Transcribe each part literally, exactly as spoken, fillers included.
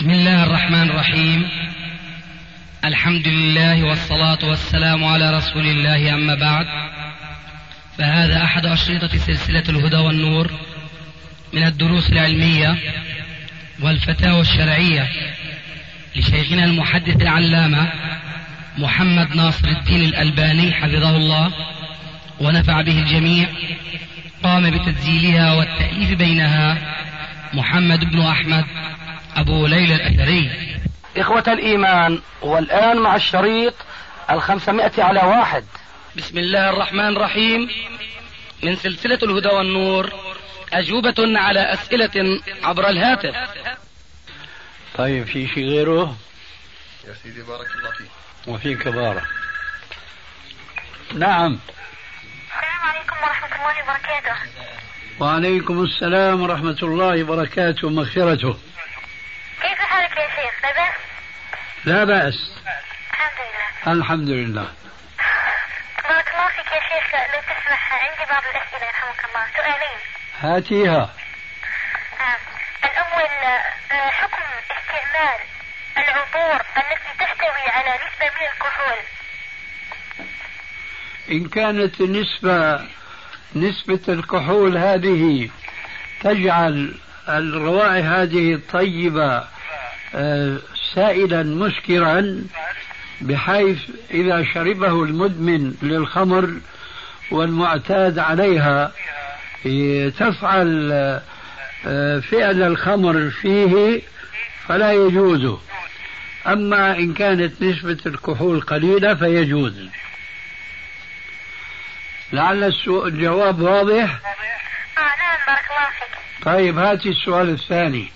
بسم الله الرحمن الرحيم. الحمد لله والصلاة والسلام على رسول الله، أما بعد، فهذا أحد أشرطة سلسلة الهدى والنور من الدروس العلمية والفتاوى الشرعية لشيخنا المحدث العلامة محمد ناصر الدين الألباني حفظه الله ونفع به الجميع. قام بتسجيلها والتأليف بينها محمد بن أحمد أبو ليلى الأثري. إخوة الإيمان، والآن مع الشريط الخمسمائة على واحد. بسم الله الرحمن الرحيم. من سلسلة الهدى والنور، أجوبة على أسئلة عبر الهاتف. طيب، في شيء غيره؟ يا سيدي بارك الله فيك. وفيك بارك. نعم. السلام عليكم ورحمة الله وبركاته. وعليكم السلام ورحمة الله وبركاته ومغفرته. كيف حالك يا شيخ؟ لا بأس؟ لا بأس، الحمد لله. الحمد لله. بارك الله فيك يا شيخ، لو تسمح عندي بعض الأسئلة يرحمك الله. سؤالين. هاتيها. آه. الأول، آه، حكم استعمال العبور التي تحتوي على نسبة من الكحول. إن كانت النسبة نسبة الكحول هذه تجعل الروائح هذه الطيبة سائلا مسكرا، بحيث إذا شربه المدمن للخمر والمعتاد عليها تفعل فعل الخمر فيه، فلا يجوز. أما إن كانت نسبة الكحول قليلة فيجوز. لعل الجواب واضح. آه نعم، بارك الله فيك. طيب، هاتي السؤال الثاني.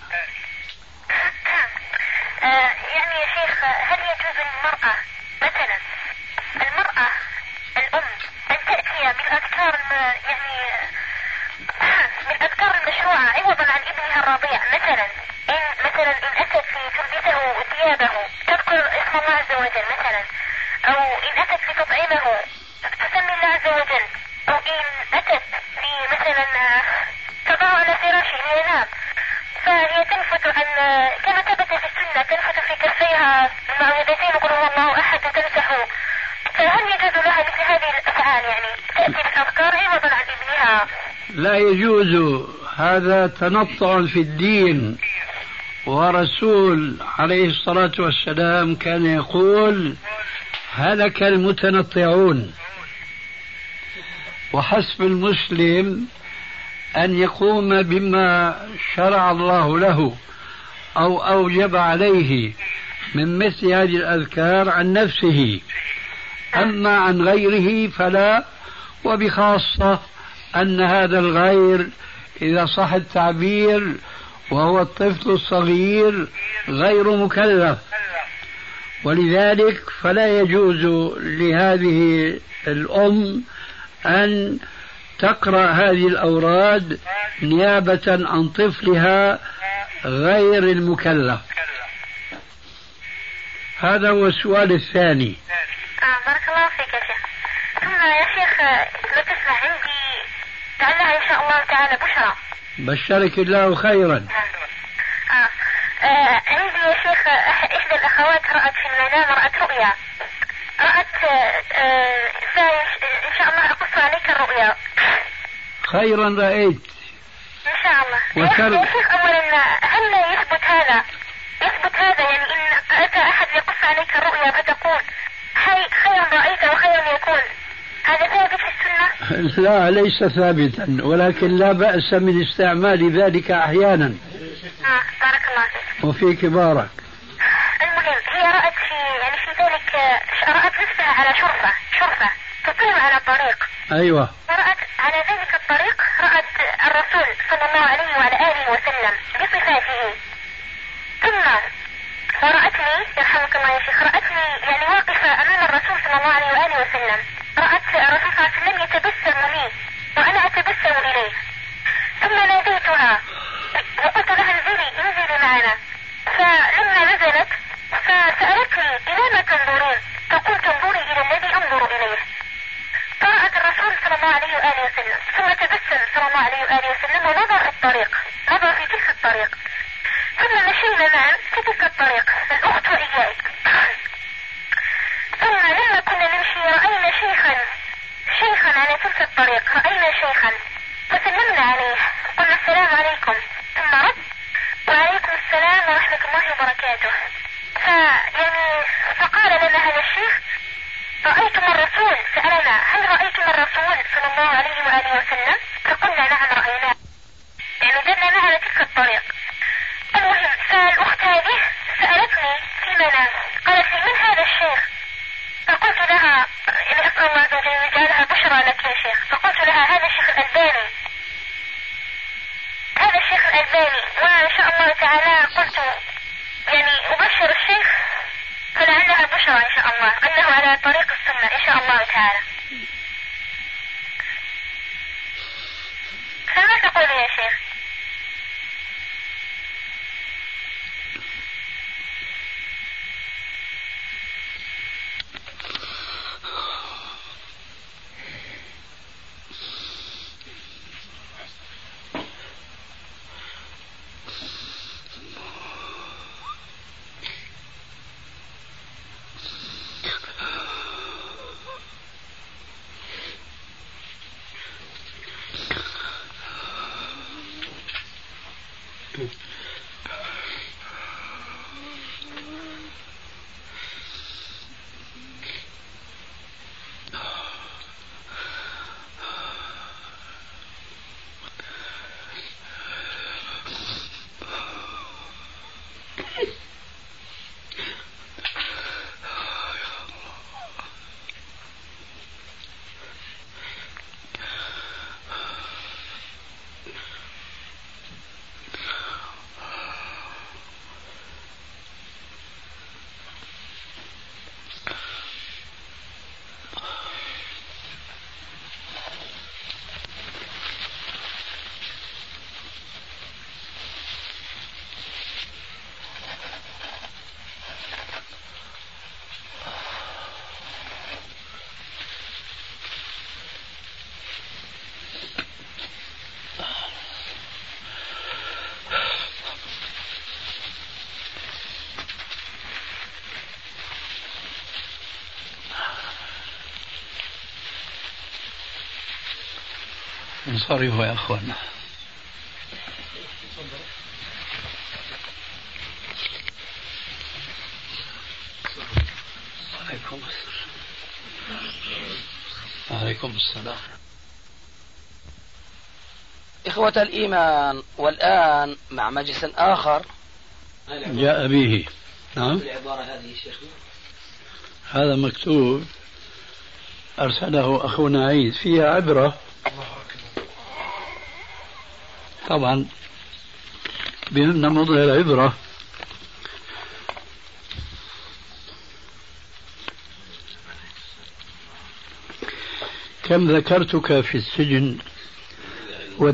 آه يعني يا شيخ، هل يجوز للمرأة مثلا المرأة الأم أن تأتي بالأذكار يعني بالأذكار المشروعة عوضا عن ابنها الرضيع؟ مثلا إن مثلا إن أتت في تلبسه ثيابه تذكر اسم الله عز وجل مثلا، أو إن أتت في تطعيمه تسمي الله عز وجل، أو إن أتت في مثلا تضع على فراشه لينام فهي تنفث عن كما ثبت في السنة، تنفث في كفيها المعوذتين وقل هو الله أحد وتمسح. فهل يجوز لها مثل هذه الأفعال، يعني تأتي بالأذكار عوضا عن ابنها؟ لا يجوز، هذا تنطع في الدين. ورسول عليه الصلاة والسلام كان يقول: هلك المتنطعون. وحسب المسلم أن يقوم بما شرع الله له أو أوجب عليه من مثل هذه الأذكار عن نفسه، أما عن غيره فلا. وبخاصة أن هذا الغير، إذا صح التعبير، وهو الطفل الصغير غير مكلف، ولذلك فلا يجوز لهذه الأم أن تقرأ هذه الأوراد نيابة عن طفلها غير المكلف. هذا هو السؤال الثاني. آه بارك الله فيك يا شيخ. ثم يا شيخ، لو تسمح عندي لعلها إن شاء الله تعالى بشرى. بشرك الله خيرا. آه. آه عندي يا شيخ إحدى الأخوات رأت في المنام، رأت رؤيا، رأت آه إن شاء الله أقص عليك الرؤيا. خيرا رأيت إن شاء الله. وكر... يا شيخ، أولا هل يثبت هذا يثبت هذا يعني إن أتى أحد يقص عليك الرؤيا فتقول خيرا رأيت وخيرا يكون، هذا ثابت في السنة؟ لا، ليس ثابتا، ولكن لا بأس من استعمال ذلك أحيانا. آه بارك الله فيك. وفيك بارك. المهم، هي رأت في يعني في ذلك، رأت نفسها على شرفة شرفة تطير على الطريق. أيوة. ورأت على ذلك الطريق، رأت الرسول صلى الله عليه وعلى آله وسلم بصفاته. ثم ورأتني يرحمك الله يا شيخ، رأتني يعني واقفة أمام الرسول صلى الله عليه وآله وسلم. رأت الرسول صلى الله عليه وسلم يتبسم لي وأنا أتبسم إليه. ثم ناديتها وقلت لها: انزلي انزلي معنا. فلما نزلت فسألتني: إلى ما تنظرين؟ فقلت: انظري إلى الذي أنظر إليه. فرأت الرسول صلى الله عليه وآله وسلم، ثم تبسم صلى الله عليه وآله وسلم ونظر في الطريق، نظر في تلك الطريق. ثم مشينا معا في تلك شيخا فسلمنا عليه قلنا السلام عليكم ثم رد وعليكم السلام ورحمة الله وبركاته. فيعني فقال لنا هذا الشيخ رأيتم الرسول؟ سألنا هل رأيتم الرسول صلى الله عليه وآله وسلم؟ فقلنا نعم رأيناه، يعني دلنا على تلك الطريق. المهم فالأخت هذه سألتني في منام قالت لي من هذا الشيخ؟ فقلت لها يعني أسأل الله عز وجل يجعلها بشرى لك يا شيخ. فقلت لها هذا الشيخ الألباني، هذا الشيخ الألباني. وإن شاء الله تعالى قلت يعني أبشر الشيخ فلعلها بشرى إن شاء الله أنه على طريق السنة إن شاء الله تعالى. فما تقول يا شيخ؟ انصرفوا يا أخوانا. عليكم السلام. عليكم السلام. إخوة الإيمان، والآن مع مجلس آخر جاء به. نعم. هذا مكتوب أرسله أخونا عيد، فيها عبرة طبعا بهمنا موضع العبرة. كم ذكرتك في السجن و...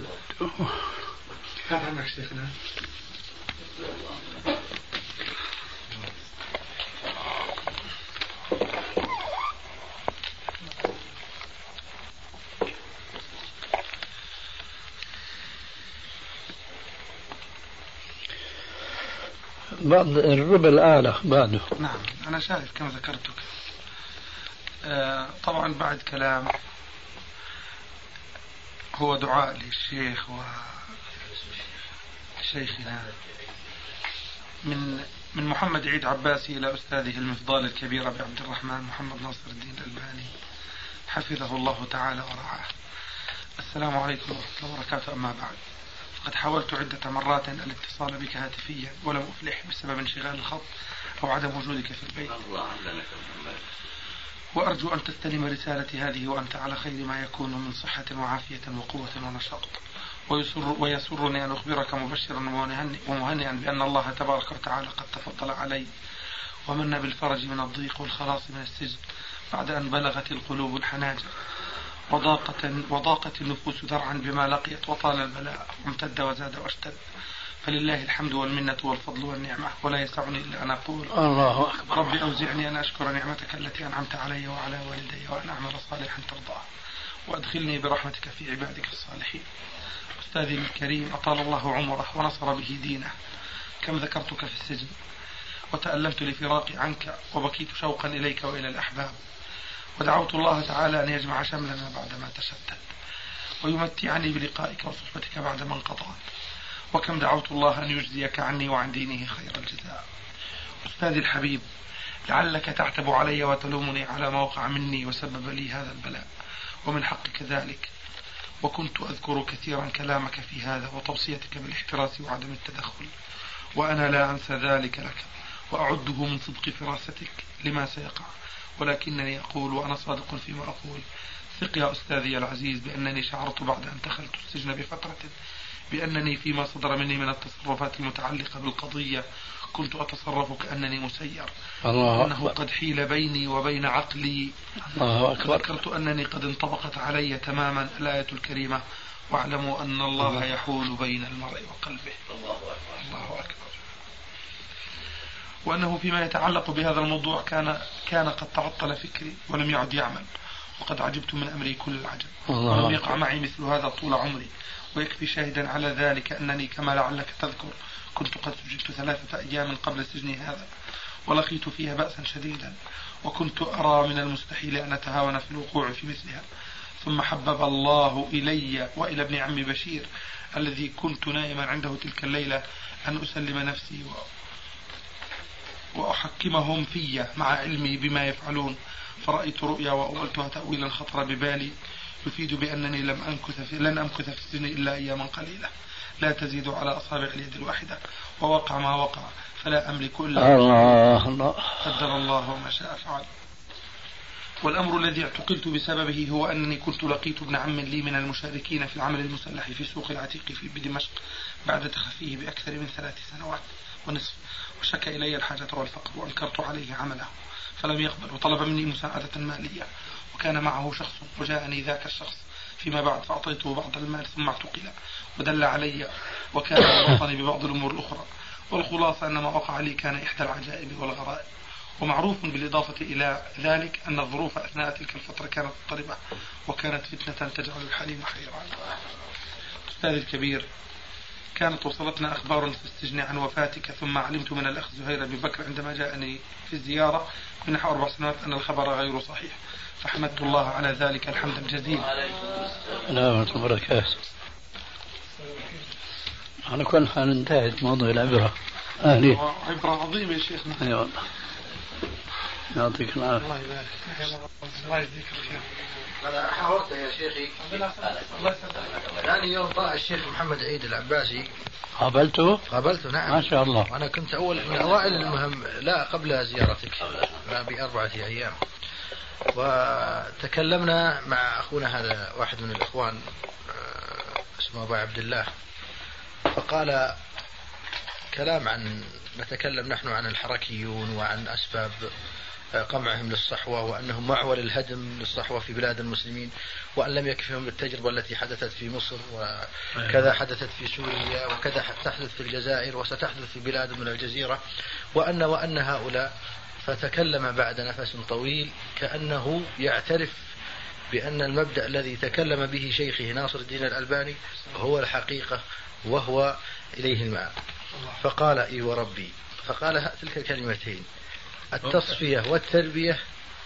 بعض الربع الأعلى بعده. نعم أنا شايف كما ذكرتك. آه طبعا بعد كلام هو دعاء للشيخ وشيخنا من من محمد عيد عباسي إلى أستاذه المفضال الكبير أبي عبد الرحمن محمد ناصر الدين الألباني حفظه الله تعالى ورعاه. السلام عليكم ورحمة الله وبركاته. أما بعد، قد حاولت عدة مرات الاتصال بك هاتفيا ولم أفلح بسبب انشغال الخط أو عدم وجودك في البيت، وأرجو أن تستلم رسالتي هذه وأنت على خير ما يكون من صحة وعافية وقوة ونشاط. ويسر ويسرني أن أخبرك مبشرا ومهنئا بأن الله تبارك وتعالى قد تفضل علي ومن بالفرج من الضيق والخلاص من السجن بعد أن بلغت القلوب الحناجر وضاقت, وضاقت النفوس ذرعا بما لقيت وطال البلاء وامتد وزاد واشتد. فلله الحمد والمنة والفضل والنعمة، ولا يسعني إلا أن أقول الله أكبر. ربي أوزعني أن أشكر نعمتك التي أنعمت علي وعلى والدي وأن أعمل صالحا ترضاه، وأدخلني برحمتك في عبادك الصالحين. أستاذي الكريم أطال الله عمره ونصر به دينه، كم ذكرتك في السجن وتألمت لفراقي عنك وبكيت شوقا إليك وإلى الأحباب، ودعوت الله تعالى أن يجمع شملنا بعدما تشتت، ويمتعني بلقائك وصحبتك بعد ما انقطعت، وكم دعوت الله أن يجزيك عني وعن دينه خير الجزاء. أستاذي الحبيب، لعلك تعتب علي وتلومني على ما وقع مني وسبب لي هذا البلاء، ومن حقك ذلك، وكنت أذكر كثيرا كلامك في هذا وتوصيتك بالاحتراس وعدم التدخل، وأنا لا أنسى ذلك لك وأعده من صدق فراستك لما سيقع، ولكنني أقول وأنا صادق فيما أقول، ثق يا أستاذي العزيز بأنني شعرت بعد أن دخلت السجن بفترة بأنني فيما صدر مني من التصرفات المتعلقة بالقضية كنت أتصرف كأنني مسير، وأنه قد حيل بيني وبين عقلي. الله أكبر. ذكرت أنني قد انطبقت علي تماما الآية الكريمة: واعلموا أن الله يحول بين المرء وقلبه. الله أكبر. وأنه فيما يتعلق بهذا الموضوع كان كان قد تعطل فكري ولم يعد يعمل، وقد عجبت من أمري كل العجب، ولم يقع معي مثل هذا طول عمري. ويكفي شاهدا على ذلك أنني كما لعلك تذكر كنت قد سجنت ثلاثة أيام قبل سجني هذا، ولقيت فيها بأسا شديدا، وكنت أرى من المستحيل أن أتهاون في الوقوع في مثلها. ثم حبب الله إلي وإلى ابن عمي بشير الذي كنت نائما عنده تلك الليلة أن أسلم نفسي وأحكمهم في مع علمي بما يفعلون، فرأيت رؤيا وأولتها تأويلا خطر ببالي يفيد بأنني لم أمكث في لن أمكث في السجن إلا أياما قليلة لا تزيد على أصابع اليد الواحدة، ووقع ما وقع فلا أملك إلا الله الله قدر الله وما شاء فعل. والأمر الذي اعتقلت بسببه هو أنني كنت لقيت ابن عم لي من المشاركين في العمل المسلح في سوق العتيق في بدمشق بعد تخفيه بأكثر من ثلاث سنوات ونصف، وشكى إلي الحاجة والفقر وأنكرت عليه عمله فلم يقبل، وطلب مني مساعدة مالية، وكان معه شخص وجاءني ذاك الشخص فيما بعد فأعطيته بعض المال ثم اعتقل ودل علي وكان يربطني ببعض الأمور الأخرى. والخلاصة أن ما وقع لي كان إحدى العجائب والغرائب. ومعروف بالإضافة إلى ذلك أن الظروف أثناء تلك الفترة كانت مضطربة وكانت فتنة تجعل الحليم حيران. أستاذي الكبير، كانت وصلتنا أخبار في السجن عن وفاتك، ثم علمت من الأخ زهير بن بكر عندما جاءني في الزيارة من نحو أربع سنوات أن الخبر غير صحيح، فحمدت الله على ذلك الحمد الجزيل. لا بركاته. على كل حال انتهت موضوع العبرة. أهلي عبرة عظيمة يا شيخنا. أي والله. يعطيك العافية. الله يبارك. الله يجزيك الخير. أنا حاورت يا شيخي ثاني يوم طلع الشيخ محمد عيد العباسي. قابلته؟ قابلته نعم ما شاء الله. وأنا كنت أول من أوائل المهم لا قبل زيارتك لا بأربعة أيام، وتكلمنا مع أخونا هذا واحد من الإخوان اسمه أبو عبد الله، فقال كلام عن نتكلم نحن عن الحركيون وعن أسباب قمعهم للصحوة وأنهم معول الهدم للصحوة في بلاد المسلمين، وأن لم يكفهم التجربة التي حدثت في مصر وكذا حدثت في سوريا وكذا تحدث في الجزائر وستحدث في بلاد من الجزيرة، وأن وأن هؤلاء. فتكلم بعد نفس طويل كأنه يعترف بأن المبدأ الذي تكلم به شيخه ناصر الدين الألباني هو الحقيقة وهو إليه المآب. فقال إي وربي، فقال تلك الكلمتين: التصفية والتربية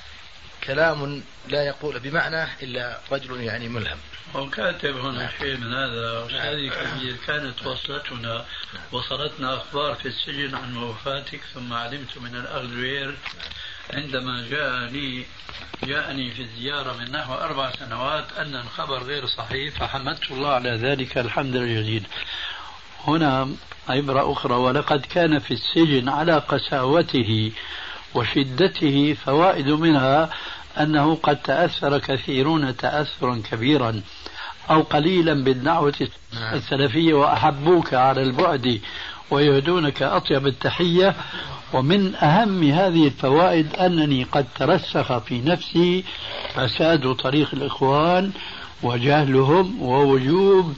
كلام لا يقول بمعنى إلا رجل يعني ملهم. وكاتب هنا شيء من هذا. أستاذي كبير، كانت وصلتنا وصلتنا أخبار في السجن عن وفاتك، ثم علمت من الأخ زهير عندما جاءني جاءني في الزيارة من نحو أربع سنوات أن الخبر غير صحيح، فحمدت الله على ذلك الحمد الجزيل. هنا عبرة أخرى: ولقد كان في السجن على قساوته وشدته فوائد، منها أنه قد تأثر كثيرون تأثرا كبيرا أو قليلا بالدعوة السلفية وأحبوك على البعد ويهدونك أطيب التحية. ومن أهم هذه الفوائد أنني قد ترسخ في نفسي فساد طريق الإخوان وجهلهم ووجوب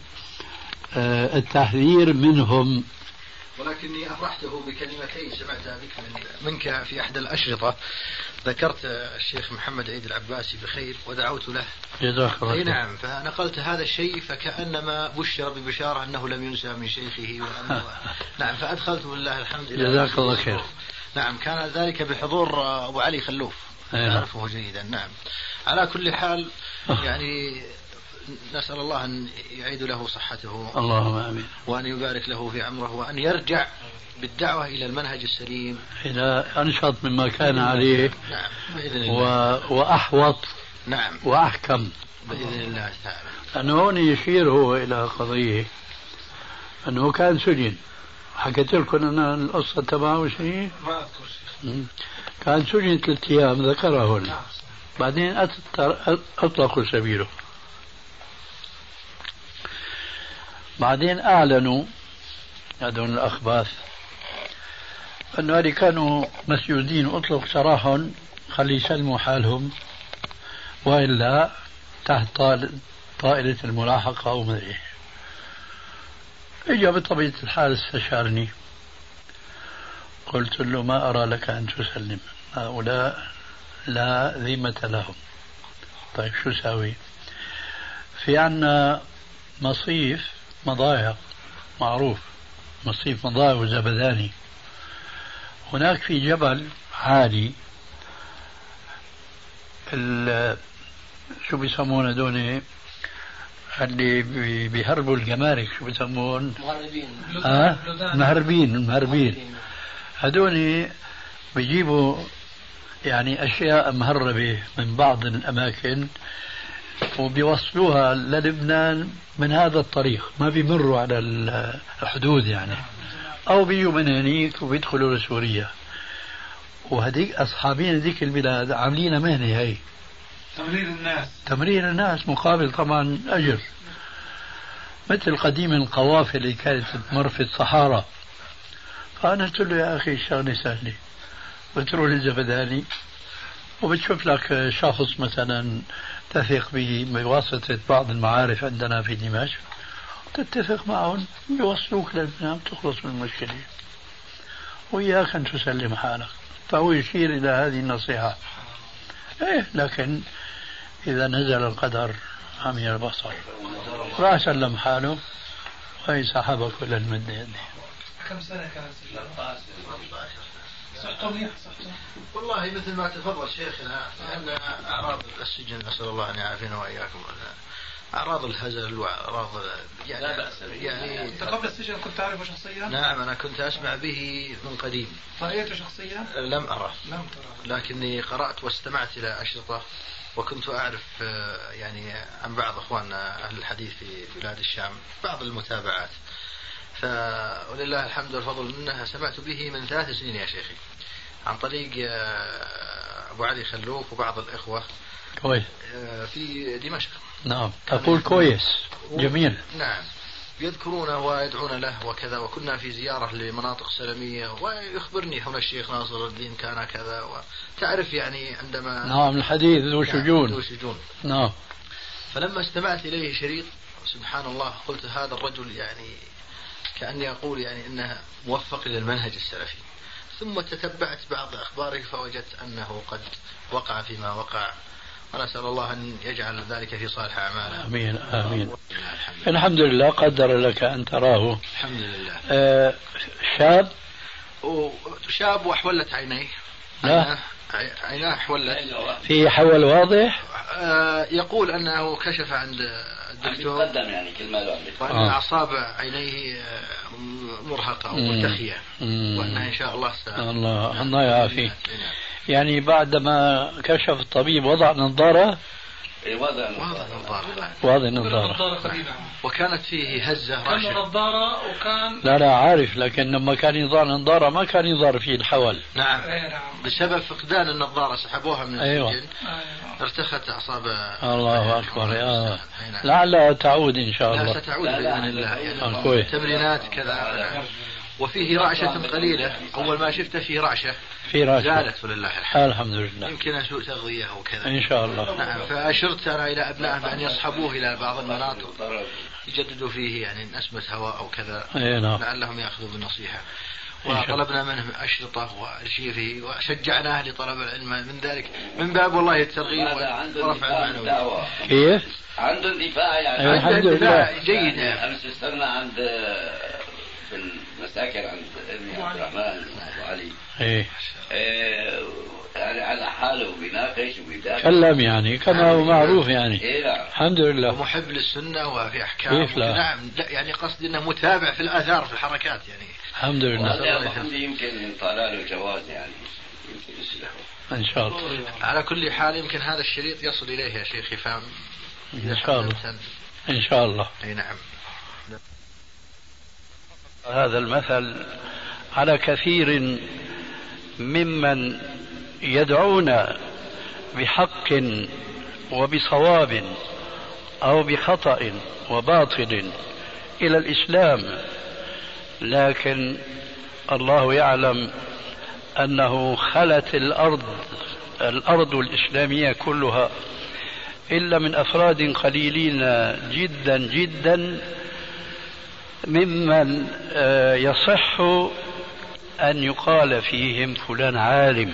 التحذير منهم. ولكني أفرحته بكلمتين سمعتها منك في أحد الأشرطة، ذكرت الشيخ محمد عيد العباسي بخير ودعوت له. جزاك الله. أي نعم، فنقلت هذا الشيء فكأنما بشر ببشارة أنه لم ينسى من شيخه وأنه نعم، فأدخلت بالله الحمد. جزاك الله خير. نعم، كان ذلك بحضور أبو علي خلوف، أعرفه جيدا. نعم، على كل حال يعني نسأل الله أن يعيد له صحته اللهم آمين، وأن يبارك له في عمره، وأن يرجع بالدعوة إلى المنهج السليم، إلى أنشط مما كان عليه. نعم بإذن و... الله. وأحوط. نعم وأحكم بإذن الله تعالى. أنه هون يشير هو إلى قضية أنه كان سجن. حكيت لكم أنا القصة تبعه شيء؟ ما أذكر شيء. كان سجن ثلاثة أيام ذكرها هنا، بعدين أطلقوا سبيله. بعدين أعلنوا هذول الأخباث أنه هذه كانوا مسجونين أطلق سراحهم، خلي يسلموا حالهم وإلا تحت طائلة الملاحقة أو مدري. إجا بطبيعة الحال استشارني، قلت له ما أرى لك أن تسلم، هؤلاء لا ذمة لهم. طيب شو ساوي؟ في عنا مصيف مضايق معروف، مصيف مضايق وزبداني، هناك في جبل عالي شو بيسمون هذول اللي بيهربوا الجمارك، شو بيسمون؟ مهربين. آه؟ مهربين المهربين هذول بيجيبوا يعني أشياء مهربة من بعض الأماكن وبيوصلوها للبنان من هذا الطريق، ما بيمروا على الحدود يعني، أو بيجوا من هنيك وبيدخلوا لسوريا. وهذيك أصحابين هذيك البلاد عاملين مهنة هي تمرير الناس، تمرير الناس مقابل طبعا أجر، مثل قديم القوافل اللي كانت تمر في الصحراء. فأنا قلت له يا أخي الشغلة سهلة، بتروح للزبداني وبتشوف لك شخص مثلا تثق به بواسطة بعض المعارف عندنا في دمشق، تتفق معهم يوصلوك للبنان، تخلص من المشكلة وإياك أن تسلم حالك. فهو يشير إلى هذه النصيحة. إيه لكن إذا نزل القدر عمي البصر، راح سلم حاله وهي سحبه كل المد يده. كم سنة كانت السجن؟ صحته منيح صحته. والله مثل ما تفضل شيخنا أن أعراض السجن نسأل الله أن يعافينا وإياكم، أعراض الهزل وأعراض يعني, لا بأس يعني أنت قبل السجن كنت تعرفه شخصيا؟ نعم أنا كنت أسمع به من قديم. رأيته شخصيا؟ لم أرى، لم ترى، لكني قرأت واستمعت إلى أشرطة، وكنت أعرف يعني عن بعض أخواننا أهل الحديث في بلاد الشام بعض المتابعات، فولله الحمد والفضل منها سمعت به من ثلاث سنين يا شيخي عن طريق أبو علي خلوف وبعض الإخوة كويس في دمشق. نعم تقول كويس جميل. نعم يذكرونه ويدعون له وكذا، وكنا في زيارة لمناطق سلمية ويخبرني هنا الشيخ ناصر الدين كان كذا، وتعرف يعني عندما نعم الحديث ذو شجون. ذو شجون. نعم. فلما استمعت إليه شريط سبحان الله قلت هذا الرجل يعني كأني أقول يعني إنه موفق للمنهج السلفي. ثم تتبعت بعض أخباره فوجدت أنه قد وقع فيما وقع، ونسأل الله أن يجعل ذلك في صالح أعماله. آمين آمين. الحمد لله قدر لك أن تراه. الحمد لله. آه شاب شاب وحولت عينيه. لا عيناه حولت في حول واضح. آه يقول أنه كشف عند الدكتور قدم يعني كلمة وأن آه. أعصاب عينيه مرهقة أو مرتخية، وأنها إن شاء الله سا... الله الله يعافيه. يعني بعدما كشف الطبيب وضع نظارة. وضع نظارة. وضع نظارة. وكانت فيه هزة كان نظارة وكان لا لا عارف، لكن لما كان يضع نظارة ما كان يضار فيه الحول. نعم. بسبب فقدان النظارة سحبوها من السجن. أيوة. ارتخت أعصاب. الله أكبر. آه. لعلها تعود إن شاء الله. لا ستعود بإذن الله يعني. كويس. تمرينات كذا. وفيه رعشة قليلة، أول ما شفته فيه رعشة في رعشة زالت ولله الحمد. الحمد لله. يمكن سوء تغذية أو كذا إن شاء الله. نعم. فأشرت أنا إلى أبنائه بأن يصحبوه إلى بعض المناطق يجددوا فيه يعني نسمة هواء أو كذا. أي نعم. لعلهم يأخذوا بالنصيحة. وطلبنا منه أشرطة وأرشيفه وشجعناه لطلب العلم من ذلك من باب والله الترغيب ورفع المعنوي. كيف؟ عنده اندفاع يعني. أيوة الحمد لله. جيد. أمس استنى عند في المساكن عند ابن عبد الرحمن وعلي. إيه. إيه يعني على حاله وبيناقش وبيدافع. تكلم يعني كما هو معروف يعني. إيه لا. الحمد لله. ومحب للسنة وفي أحكام. كيف لا؟ نعم لا يعني قصدي أنه متابع في الآثار في الحركات يعني. الحمد لله. وهذا يمكن طلع له جواز يعني يمكن يصلحه. إن شاء الله. على كل حال يمكن هذا الشريط يصل إليه يا شيخ يفهم. إن شاء الله. إن شاء الله. أي نعم. هذا المثل على كثير ممن يدعون بحق وبصواب أو بخطأ وباطل إلى الإسلام، لكن الله يعلم أنه خلت الأرض الأرض الإسلامية كلها إلا من أفراد قليلين جدا جدا ممن يصح أن يقال فيهم فلان عالم،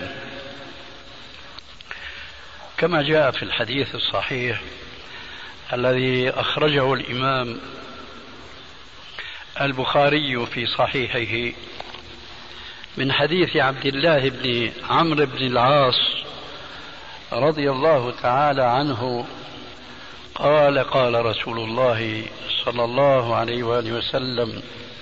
كما جاء في الحديث الصحيح الذي أخرجه الإمام البخاري في صحيحه من حديث عبد الله بن عمرو بن العاص رضي الله تعالى عنه قال قال رسول الله صلى الله عليه وآله وسلم: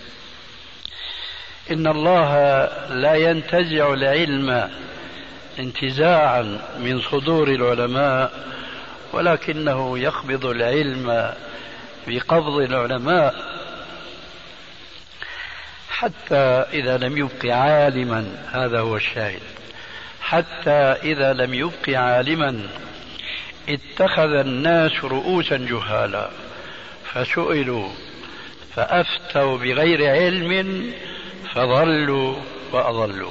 إن الله لا ينتزع العلم انتزاعا من صدور العلماء، ولكنه يقبض العلم بقبض العلماء، حتى إذا لم يبق عالما، هذا هو الشاهد، حتى إذا لم يبق عالما اتخذ الناس رؤوسا جهالا فسئلوا فأفتوا بغير علم فضلوا وأضلوا.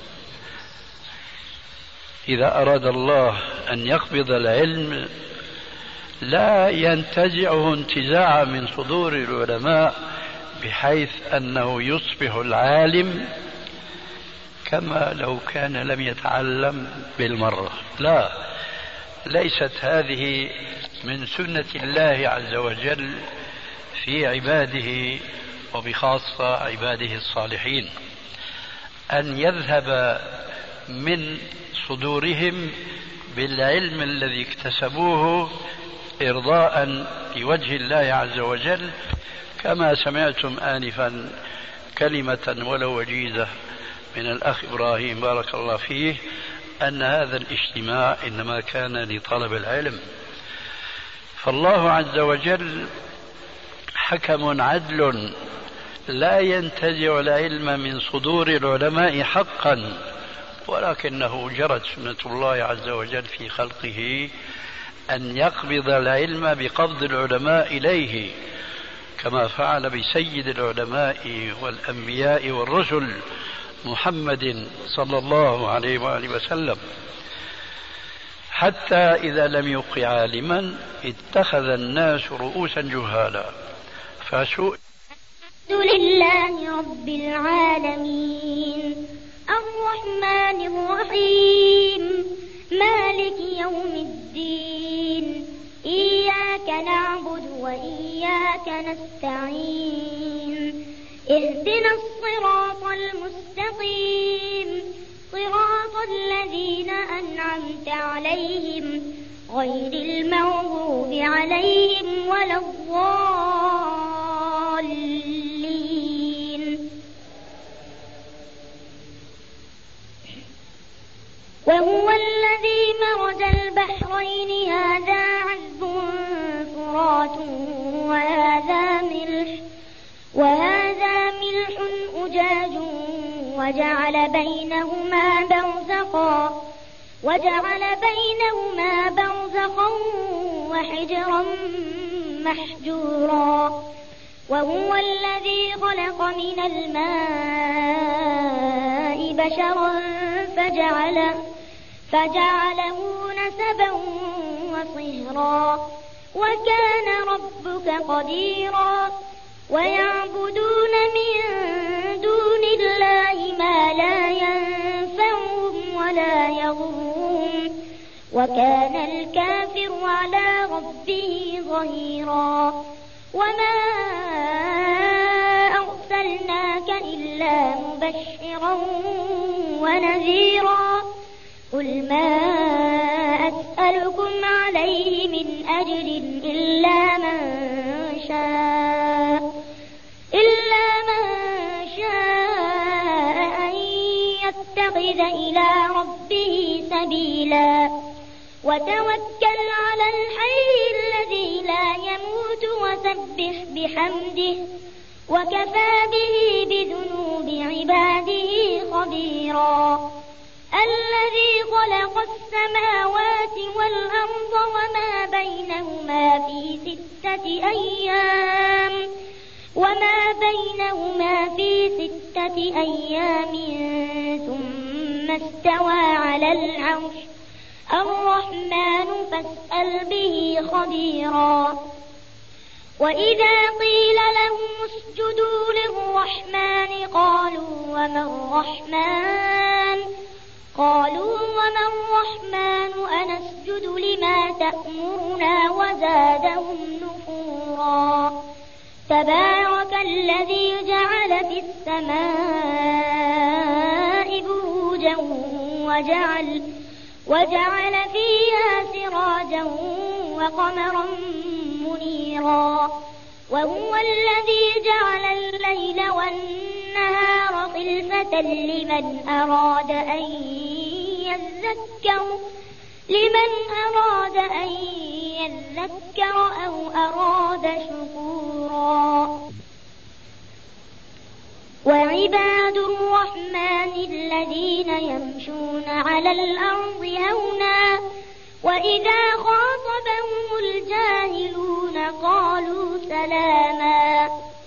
إذا أراد الله أن يقبض العلم لا ينتزعه انتزاعا من صدور العلماء بحيث أنه يصبح العالم كما لو كان لم يتعلم بالمرة، لا، ليست هذه من سنة الله عز وجل في عباده وبخاصة عباده الصالحين، أن يذهب من صدورهم بالعلم الذي اكتسبوه إرضاء لوجه الله عز وجل، كما سمعتم آنفا كلمة ولو وجيزة من الأخ إبراهيم بارك الله فيه أن هذا الاجتماع إنما كان لطلب العلم. فالله عز وجل حكم عدل لا ينتزع العلم من صدور العلماء حقا، ولكنه جرت سنة الله عز وجل في خلقه أن يقبض العلم بقبض العلماء إليه، كما فعل بسيد العلماء والأنبياء والرسل محمد صلى الله عليه وآله وسلم، حتى إذا لم يبق عالما اتخذ الناس رؤوسا جهالا فسئلوا. الحمد لله رب العالمين الرحمن الرحيم مالك يوم الدين إياك نعبد وإياك نستعين اهدنا الصراط المستقيم صراط الذين أنعمت عليهم غير المغضوب عليهم ولا الضالين. وهو الذي مرج البحرين هذا عذب فرات وهذا ملح وهذا ملح أجاج وجعل بينهما برزخا وجعل بينهما برزخا وحجرا محجورا. وهو الذي خلق من الماء بشرا فجعله, فجعله نسبا وصهرا وكان ربك قديرا. ويعبدون من دون الله ما لا ينفعهم ولا يضرهم وكان الكافر على ربه ظهيرا. وما أرسلناك إلا مبشرا ونذيرا قل ما أسألكم عليه من أجر إلا من شاء إلا من شاء أن يتخذ إلى ربه سبيلا وتوكل على الحي الذي لا يموت وسبح بحمده وكفى به بذنوب عباده خبيرا الذي خلق السماوات والأرض وما بينهما في ستة أيام وما بينهما في ستة أيام ثم استوى على العرش الرحمن فاسأل به خبيرا وإذا قيل لهم اسجدوا للرحمن قالوا وما الرحمن قالوا وما الرحمن أنسجد لما تأمرنا وزادهم نفورا تبارك الذي جعل في السماء بروجا وجعل وجعل فيها سراجا وقمرا منيرا وهو الذي جعل الليل والنهار خلفة لمن أراد أن يذكر لمن أراد أن يذكر أو أراد شكورا وعباد الرحمن الذين يمشون على الأرض هونا وإذا خاطبهم الجاهلون قالوا سلاما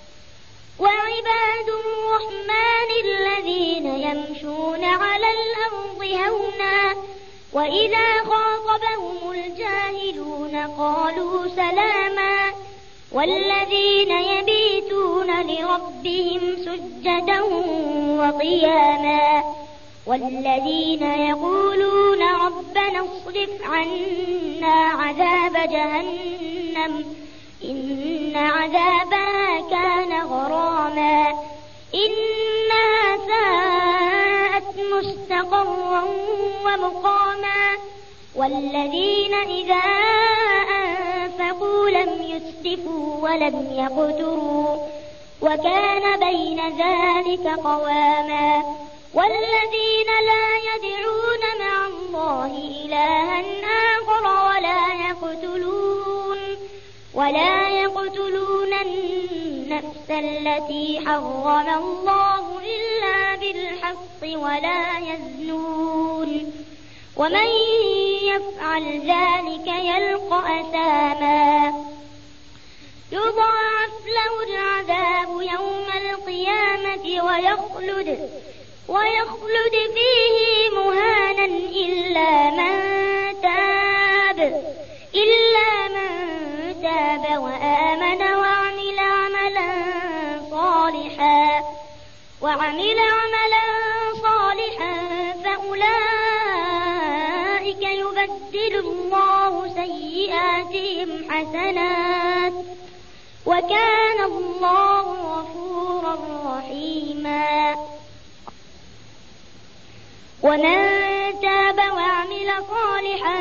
وعباد الرحمن الذين يمشون على الأرض هونا وإذا خاطبهم الجاهلون قالوا سلاما والذين يبيتون لربهم سجدا وقياما والذين يقولون ربنا اصرف عنا عذاب جهنم إن عذابها كان غراما إنها ساءت مستقرا ومقاما والذين إذا أنفقوا لم يسرفوا ولم يقتروا وكان بين ذلك قواما والذين لا يدعون مع الله إلها آخر ولا يقتلون ولا يقتلون النفس التي حرم الله إلا بالحق ولا يزنون ومن يفعل ذلك يلقى أثاما يضاعف له العذاب يوم القيامة ويخلد ويخلد فيه مهانا إلا من تاب إلا من تاب وآمن وعمل عملا صالحا وعمل عملا صالحا فأولئك يبدل الله سيئاتهم حسنات وكان الله غفورا رحيما ومن تاب وعمل صالحا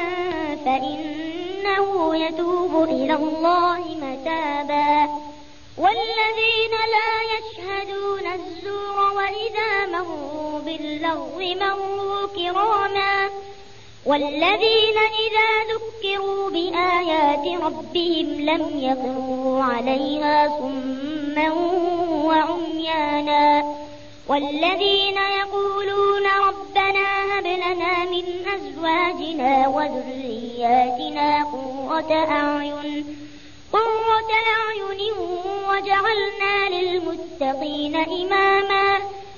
فإنه يتوب إلى الله متابا والذين لا يشهدون الزور وإذا مروا باللغو مروا كراما والذين إذا ذكروا بآيات ربهم لم يخروا عليها صما وعميانا والذين يقولون ربنا هب لنا من أزواجنا وذرياتنا قرة أعين قرة أعين وجعلنا للمتقين إماما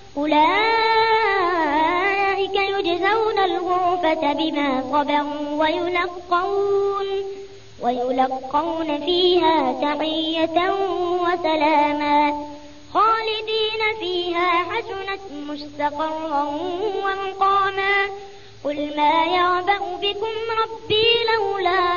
أولئك يجزون الغرفة بما صبروا ويلقون ويلقون فيها تحية وسلاما خالدين فيها حسنت مستقرا ومقاما قل ما يعبأ بكم ربي لولا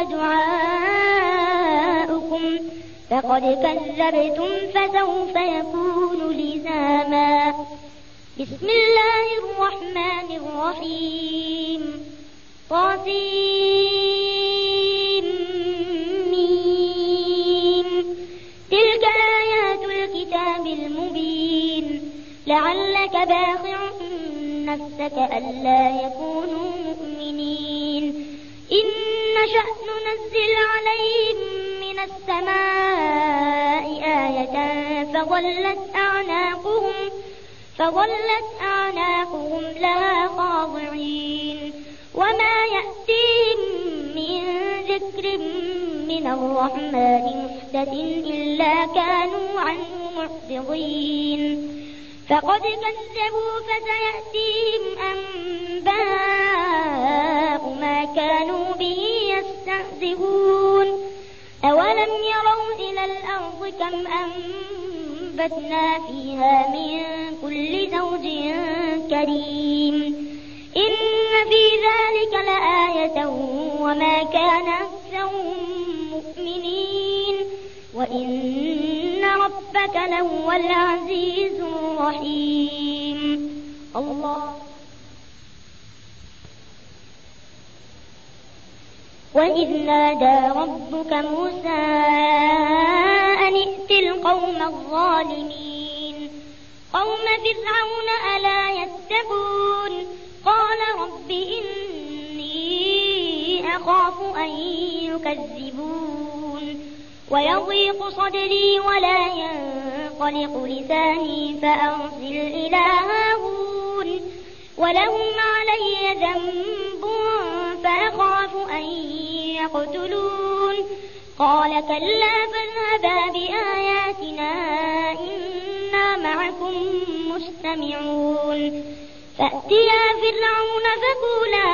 دعاؤكم فقد كذبتم فسوف يكون لزاما بسم الله الرحمن الرحيم طاسيم تلك آيات الكتاب المبين لعلك باخع نفسك ألا يكونوا مؤمنين إن نشأ ننزل عليهم من السماء آية فظلت أعناقهم فظلت أعناقهم لها خاضعين وما يأتيهم من ذكر من الرحمن محدث إلا كانوا عنه معرضين فقد كذبوا فسيأتيهم أنباء ما كانوا به يستهزئون أولم يروا إلى الأرض كم أنبتنا فيها من كل زوج كريم إن في ذلك لآية وما كان أكثرهم مؤمنين وإن ربك لهو العزيز الرحيم. الله. وإذ نادى ربك موسى أن ائت القوم الظالمين قوم فرعون ألا يتقون قال رب إني أخاف أن يكذبون ويضيق صدري ولا ينطلق لساني فأرسل إلى هارون ولهم علي ذنب فأخاف أن يقتلون قال كلا فاذهبا بآياتنا إنا معكم مستمعون فأتيا فرعون فقولا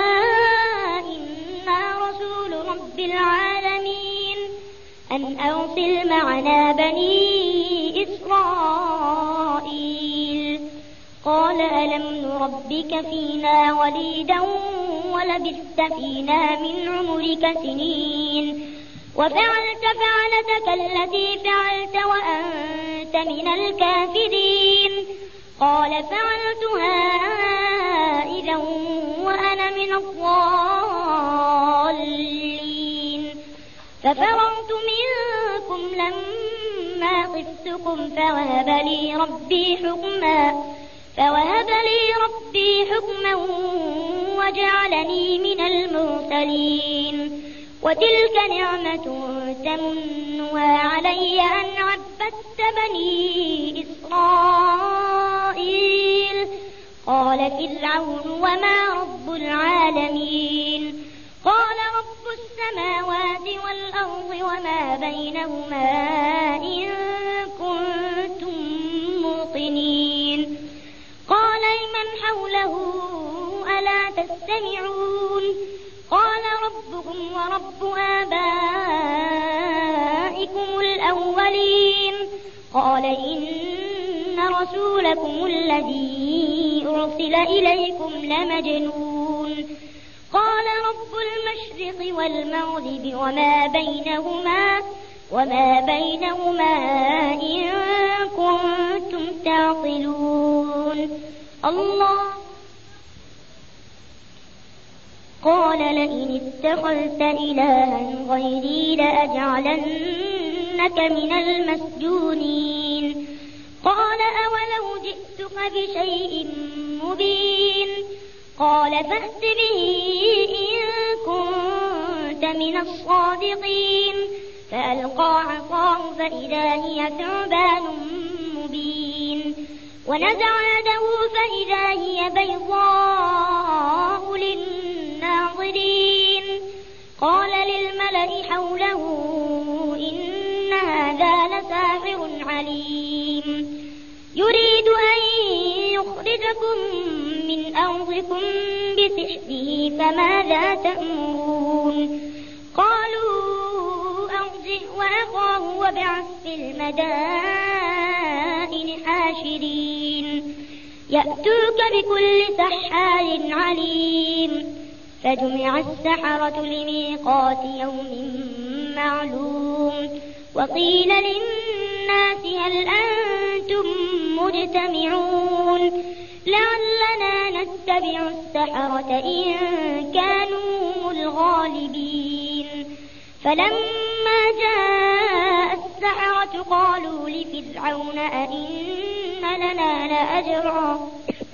إنا رسول رب العالمين أن أرسل معنا بني إسرائيل قال ألم نربك فينا وليدا ولبثت فينا من عمرك سنين وفعلت فعلتك التي فعلت وأنت من الكافرين قال فعلتها إذا وأنا من الضالين ففررت منكم لما خفتكم فوهب لي ربي حكما فوهب لي ربي حكما وجعلني من المرسلين وتلك نعمة تمنها علي أن عبدت بني إسرائيل قال فرعون وما رب العالمين قال رب السماوات والأرض وما بينهما إن كنتم موقنين قال لمن حوله ألا تستمعون قال ربكم ورب آبائكم الأولين قال إن رسولكم الذي أرسل إليكم لمجنون قال رب المشرق والمغرب وما بينهما وما بينهما إن كنتم تعقلون. الله. قال لئن اتخذت إلها غيري لأجعلنك من المسجونين قال أولو جئتك بشيء مبين قال فأت به إن كنت من الصادقين فألقى عصاه فإذا هي ثعبان مبين ونزع يده فإذا هي بيضاء للناظرين قال للملأ حوله إن هذا لساحر عليم يريد أن يخرجكم من أرضكم بسحره فماذا تأمرون قالوا أرجه وأخاه وابعث في المدائن حاشرين يأتوك بكل سحار عليم فجمع السحرة لميقات يوم معلوم وقيل للناس هل أنتم مجتمعون لعلنا نتبع السحرة إن كانوا هم الغالبين. فلما جاء السحرة قالوا لفرعون أئن لنا لأجرا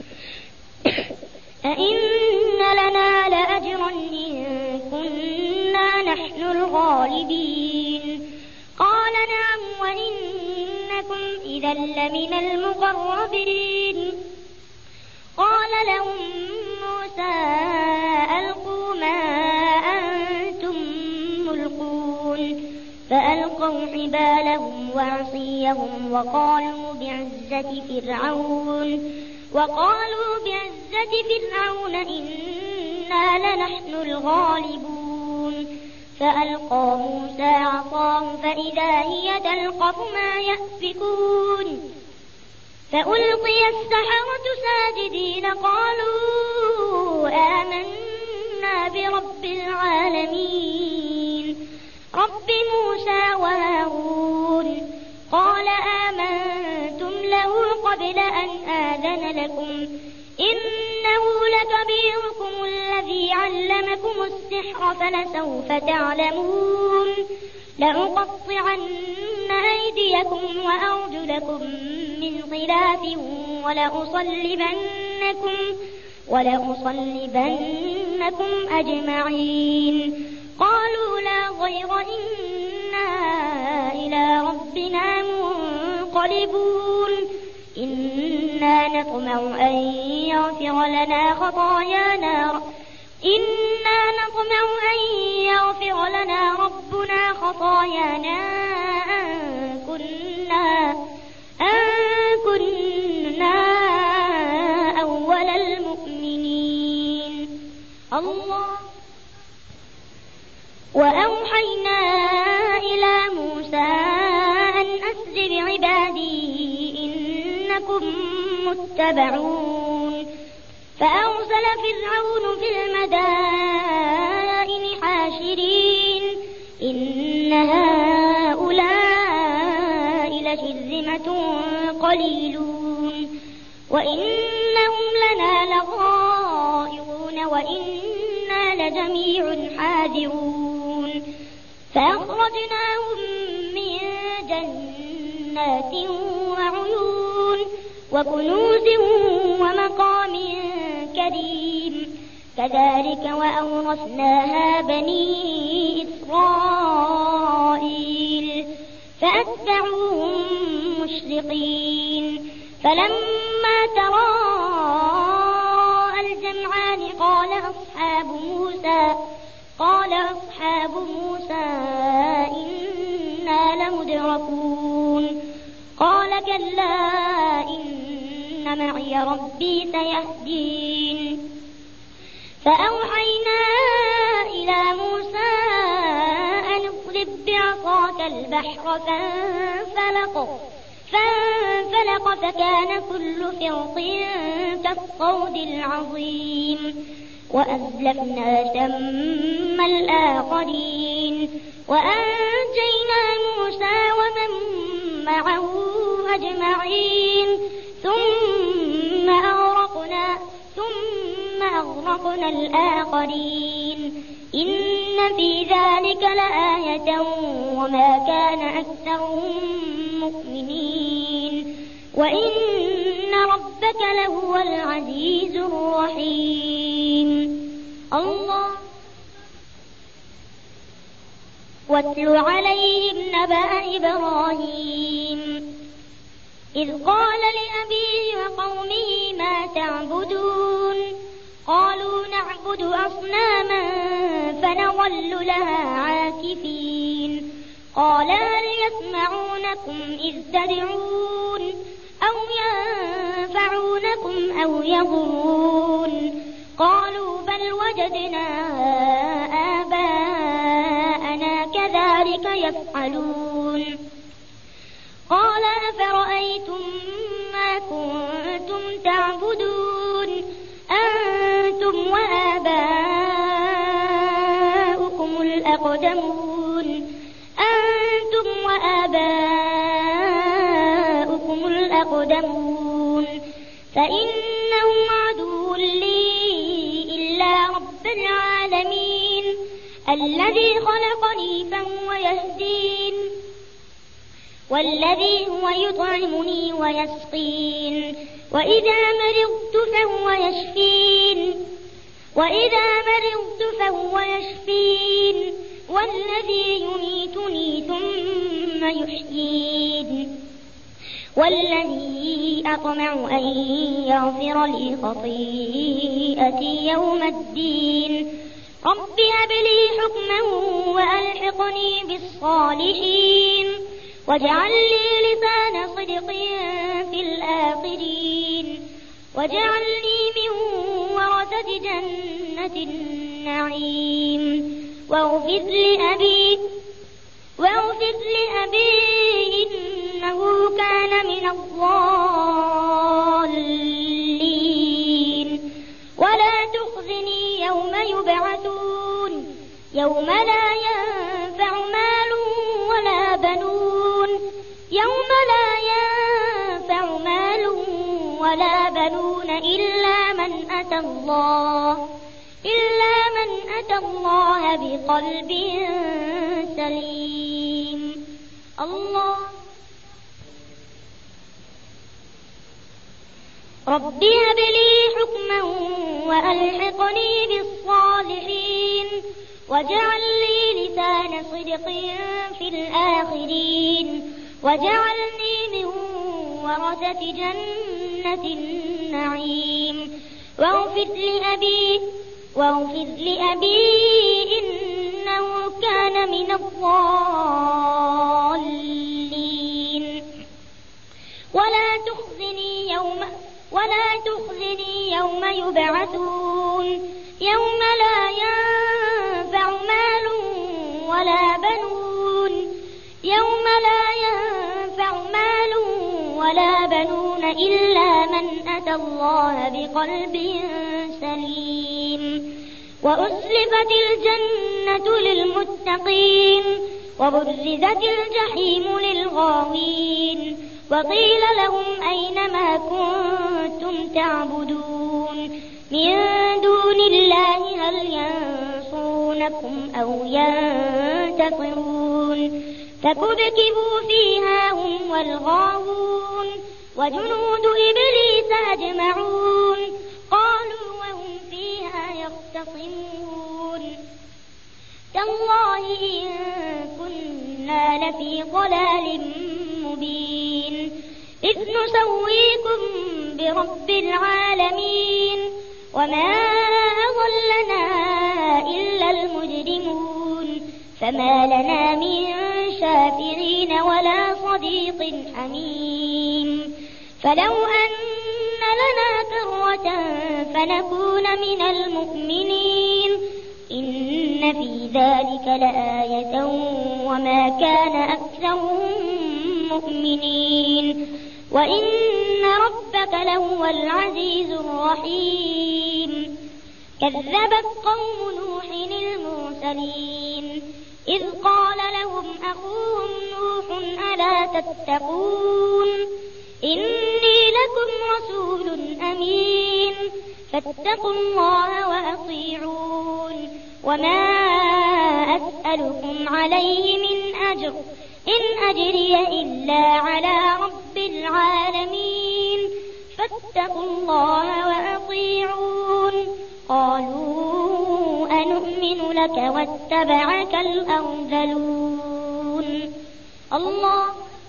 أئن لنا لأجرا إن كنا نحن الغالبين. قال نعم وإنكم إذا لمن المقربين. قال لهم موسى ألقوا ما أنتم ملقون. فألقوا حبالهم وعصيهم وقالوا بعزة فرعون وقالوا بعزة فرعون إنا لنحن الغالبون. فألقى موسى عصاه فإذا هي تلقف ما يأفكون. فألقي السحرة ساجدين قالوا آمنا برب العالمين رب موسى وهارون. قال آمنتم له قبل أن آذن لكم إنه لكبيركم الذي علمكم السحر فلسوف تعلمون. لأقطعن أيديكم وأرجلكم من خلاف ولأصلبنكم ولأصلبنكم أجمعين. قالوا لا ضير إنا إلى ربنا منقلبون. إنا نطمع أن يغفر لنا خطايانا إنا نطمع أن يغفر لنا ربنا خطايانا أن كنا أن كنا أول المؤمنين. الله. وأوحينا إلى موسى أن أسر بعبادي إنكم متبعون. فأرسل فرعون في المدائن حاشرين إن هؤلاء لشرذمة قليلون وإنهم لنا لغائظون وإنا لجميع حاذرون. فأخرجناهم من جنات وعيون وكنوز ومقام كريم. كذلك وأورثناها بني إسرائيل فأتبعوهم مشرقين. فلما تراءى الجمعان قال أصحاب موسى قال أصحاب موسى إنا لمدركون. قال كلا إن معي ربي سيهدين. فأوحينا إلى موسى أن اضرب بعصاك البحر فانفلق فانفلق فكان كل فرق كالصود العظيم. وأزلفنا ثم الآخرين وأنجينا موسى ومن معه أجمعين. ثم أغرقنا ثم أغرقنا الآخرين. إن في ذلك لآية وما كان أكثرهم مؤمنين وإن ربك لهو العزيز الرحيم. الله. واتل عليهم نبأ إبراهيم إذ قال لأبيه وقومه ما تعبدون. قالوا نعبد أصناما فنظل لها عاكفين. قال هل يسمعونكم إذ تدعون أو ينفعونكم أو يضرون. قالوا بل وجدنا آباءنا كذلك يفعلون. قال أفرأيتم ما كنتم تعبدون أنتم وآباؤكم الأقدمون أنتم وآباؤكم الأقدمون فإنهم الذي خلقني فهو يهدين والذي هو يطعمني ويسقين وإذا مرضت فهو يشفين وإذا مرضت فهو يشفين والذي يميتني ثم يحيين والذي أطمع أن يغفر لي خطيئتي يوم الدين رب هب لي حكما وألحقني بالصالحين واجعل لي لسان صدق في الآخرين واجعلني من ورثة جنة النعيم واغفر لأبي واغفر لأبي إنه كان من الضالين ولا تخزني يوم يبعثون يوم لا ينفع مال ولا بنون يوم لا ينفع مال ولا بنون إلا من أتى الله إلا من أتى الله بقلب سليم. الله رب هب لي حكما وألحقني بالصالحين واجعل لي لسان صدق في الآخرين واجعلني من ورثة جنة النعيم واغفر لأبي واغفر لأبي إنه كان من الضالين ولا تخزني يوم ولا تخزني يوم يبعثون يوم لا ينفع مال ولا بنون يوم لا ينفع مال ولا بنون إلا من أتى الله بقلب سليم وأسلفت الجنة للمتقين وبرزت الجحيم للغاوين وقيل لهم أين ما كنتم تعبدون من دون الله هل ينصرونكم أو ينتصرون فكبكبوا فيها هم والغاوون وجنود إبليس أجمعون قالوا وهم فيها يختصمون تالله إن كنا لفي ضلال مبين إذ نسويكم برب العالمين وما أضلنا إلا المجرمون فما لنا من شافعين ولا صديق حميم فلو أن لنا كرة فنكون من المؤمنين إن في ذلك لآية وما كان أكثرهم مؤمنين وإن ربك لهو العزيز الرحيم كذبت قوم نوح المرسلين إذ قال لهم أخوهم نوح ألا تتقون إني لكم رسول أمين فاتقوا الله وأطيعون وما أسألكم عليه من أجر إن أجري إلا على رب العالمين فاتقوا الله وأطيعون قالوا أنؤمن لك واتبعك الأرذلون الله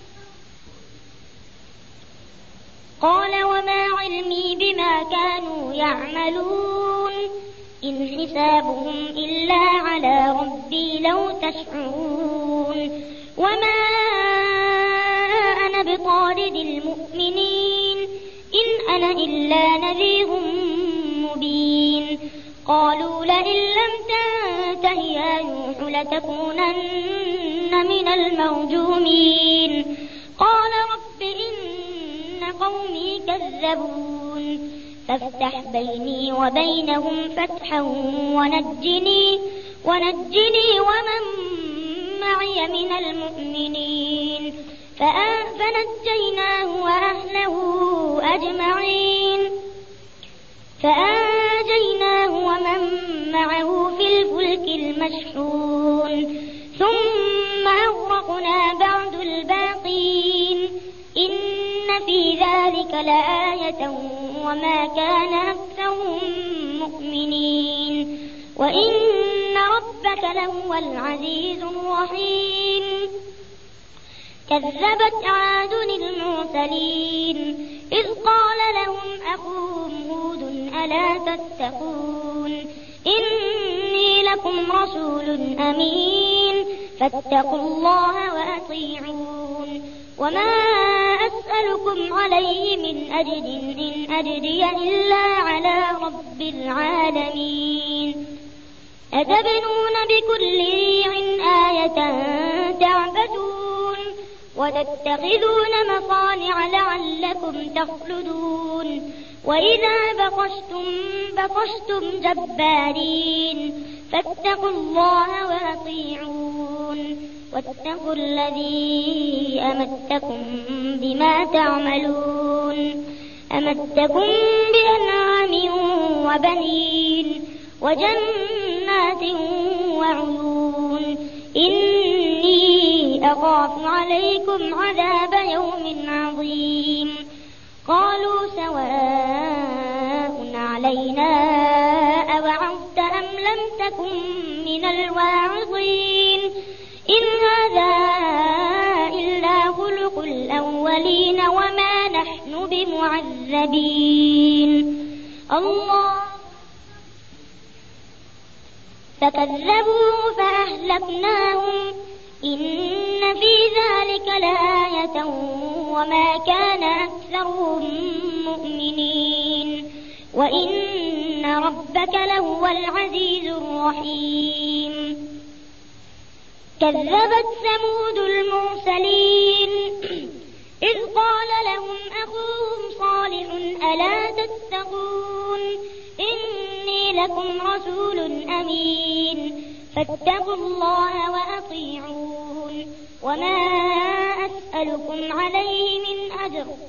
قال وما علمي بما كانوا يعملون إن حسابهم إلا على ربي لو تشعرون وما أنا بطارد المؤمنين إن أنا إلا نذير مبين قالوا لئن لم تنته يا نوح لتكونن من المرجومين قال رب إن قومي كذبون فافتح بيني وبينهم فتحا ونجني ونجني ومن معي من المؤمنين فنجيناه وأهله أجمعين فأنجيناه ومن معه في الفلك مشحون ثم أغرقنا بعد الباقين إن في ذلك لآية وما كان أكثرهم مؤمنين وإن ربك لهو العزيز الرحيم كذبت عاد المرسلين إذ قال لهم أخوهم هود ألا تتقون إني لكم رسول أمين فاتقوا الله وأطيعون وما أسألكم عليه من أجر إن أجري إلا على رب العالمين أتبنون بكل ريع آية تعبثون وتتخذون مصانع لعلكم تخلدون وإذا بطشتم بطشتم جبارين فاتقوا الله وأطيعون واتقوا الذي أمدكم بما تعملون أمدكم بأنعام وبنين وجنات وعيون إني أخاف عليكم عذاب يوم عظيم قالوا سواء علينا أوعظت أم لم تكن من الواعظين إن هذا إلا خلق الأولين وما نحن بمعذبين الله فكذبوه فأهلكناهم إن في ذلك لآية وما كان أكثرهم مؤمنين وإن ربك لهو العزيز الرحيم كذبت ثمود المرسلين إذ قال لهم أخوهم صالح ألا تتقون إني لكم رسول أمين فاتقوا الله وأطيعون وما أسألكم عليه من أجر